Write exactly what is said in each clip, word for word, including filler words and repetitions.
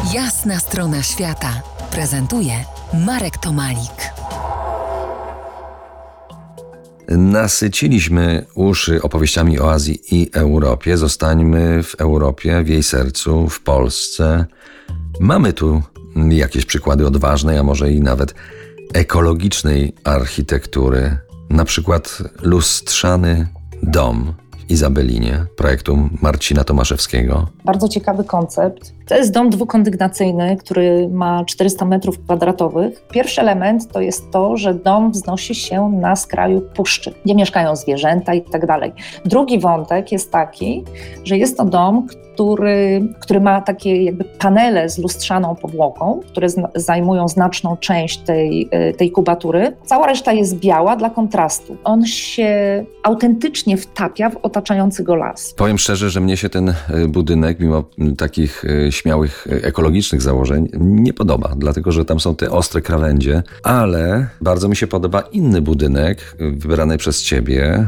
Jasna strona świata prezentuje Marek Tomalik. Nasyciliśmy uszy opowieściami o Azji i Europie. Zostańmy w Europie, w jej sercu, w Polsce. Mamy tu jakieś przykłady odważnej, a może i nawet ekologicznej architektury. Na przykład lustrzany dom w Izabelinie, projektu Marcina Tomaszewskiego. Bardzo ciekawy koncept. To jest dom dwukondygnacyjny, który ma czterysta metrów kwadratowych. Pierwszy element to jest to, że dom wznosi się na skraju puszczy, gdzie mieszkają zwierzęta i tak dalej. Drugi wątek jest taki, że jest to dom, który, który ma takie jakby panele z lustrzaną powłoką, które zna, zajmują znaczną część tej, tej kubatury. Cała reszta jest biała dla kontrastu. On się autentycznie wtapia w otaczający go las. Powiem szczerze, że mnie się ten budynek, mimo takich śmiałych ekologicznych założeń, nie podoba, dlatego że tam są te ostre krawędzie, ale bardzo mi się podoba inny budynek wybrany przez ciebie.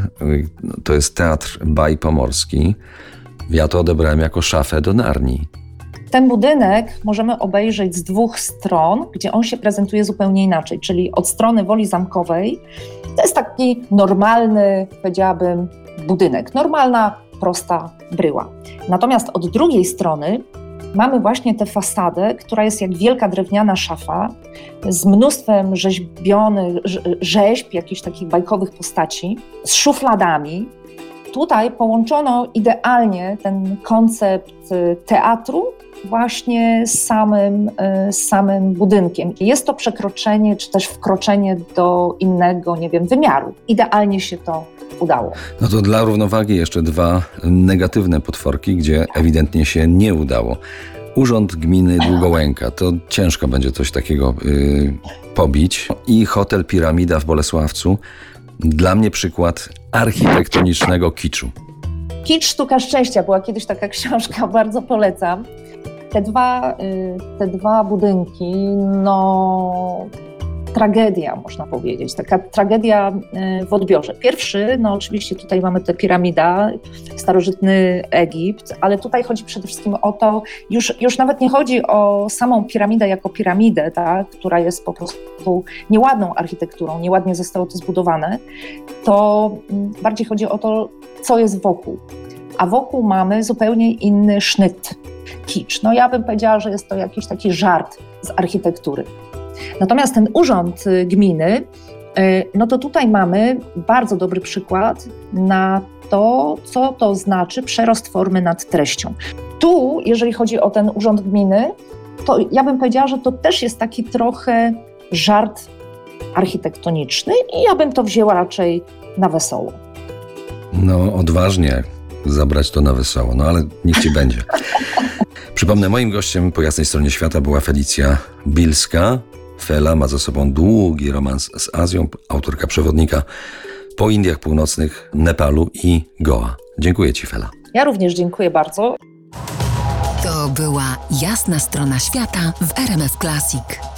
To jest Teatr Baj Pomorski. Ja to odebrałem jako szafę do Narni. Ten budynek możemy obejrzeć z dwóch stron, gdzie on się prezentuje zupełnie inaczej, czyli od strony Woli Zamkowej. To jest taki normalny, powiedziałabym, budynek, normalna, prosta bryła. Natomiast od drugiej strony mamy właśnie tę fasadę, która jest jak wielka drewniana szafa z mnóstwem rzeźbionych, rzeźb, jakichś takich bajkowych postaci, z szufladami. Tutaj połączono idealnie ten koncept teatru właśnie z samym, z samym budynkiem. Jest to przekroczenie, czy też wkroczenie do innego, nie wiem, wymiaru. Idealnie się to udało. No to dla równowagi jeszcze dwa negatywne potworki, gdzie ewidentnie się nie udało. Urząd Gminy Długołęka, to ciężko będzie coś takiego yy, pobić. I hotel Piramida w Bolesławcu. Dla mnie przykład architektonicznego kiczu. Kicz, sztuka szczęścia. Była kiedyś taka książka, bardzo polecam. Te dwa, te dwa budynki, no tragedia, można powiedzieć. Taka tragedia w odbiorze. Pierwszy, no oczywiście tutaj mamy tę piramida, starożytny Egipt, ale tutaj chodzi przede wszystkim o to, już, już nawet nie chodzi o samą piramidę jako piramidę, tak, która jest po prostu nieładną architekturą, nieładnie zostało to zbudowane, to bardziej chodzi o to, co jest wokół. A wokół mamy zupełnie inny sznyt, kicz. No ja bym powiedziała, że jest to jakiś taki żart z architektury. Natomiast ten urząd gminy, no to tutaj mamy bardzo dobry przykład na to, co to znaczy przerost formy nad treścią. Tu, jeżeli chodzi o ten urząd gminy, to ja bym powiedziała, że to też jest taki trochę żart architektoniczny i ja bym to wzięła raczej na wesoło. No odważnie zabrać to na wesoło, no ale niech ci będzie. Przypomnę, moim gościem po jasnej stronie świata była Felicja Bilska. Fela ma za sobą długi romans z Azją, autorka przewodnika po Indiach Północnych, Nepalu i Goa. Dziękuję ci, Fela. Ja również dziękuję bardzo. To była Jasna strona świata w R M F Classic.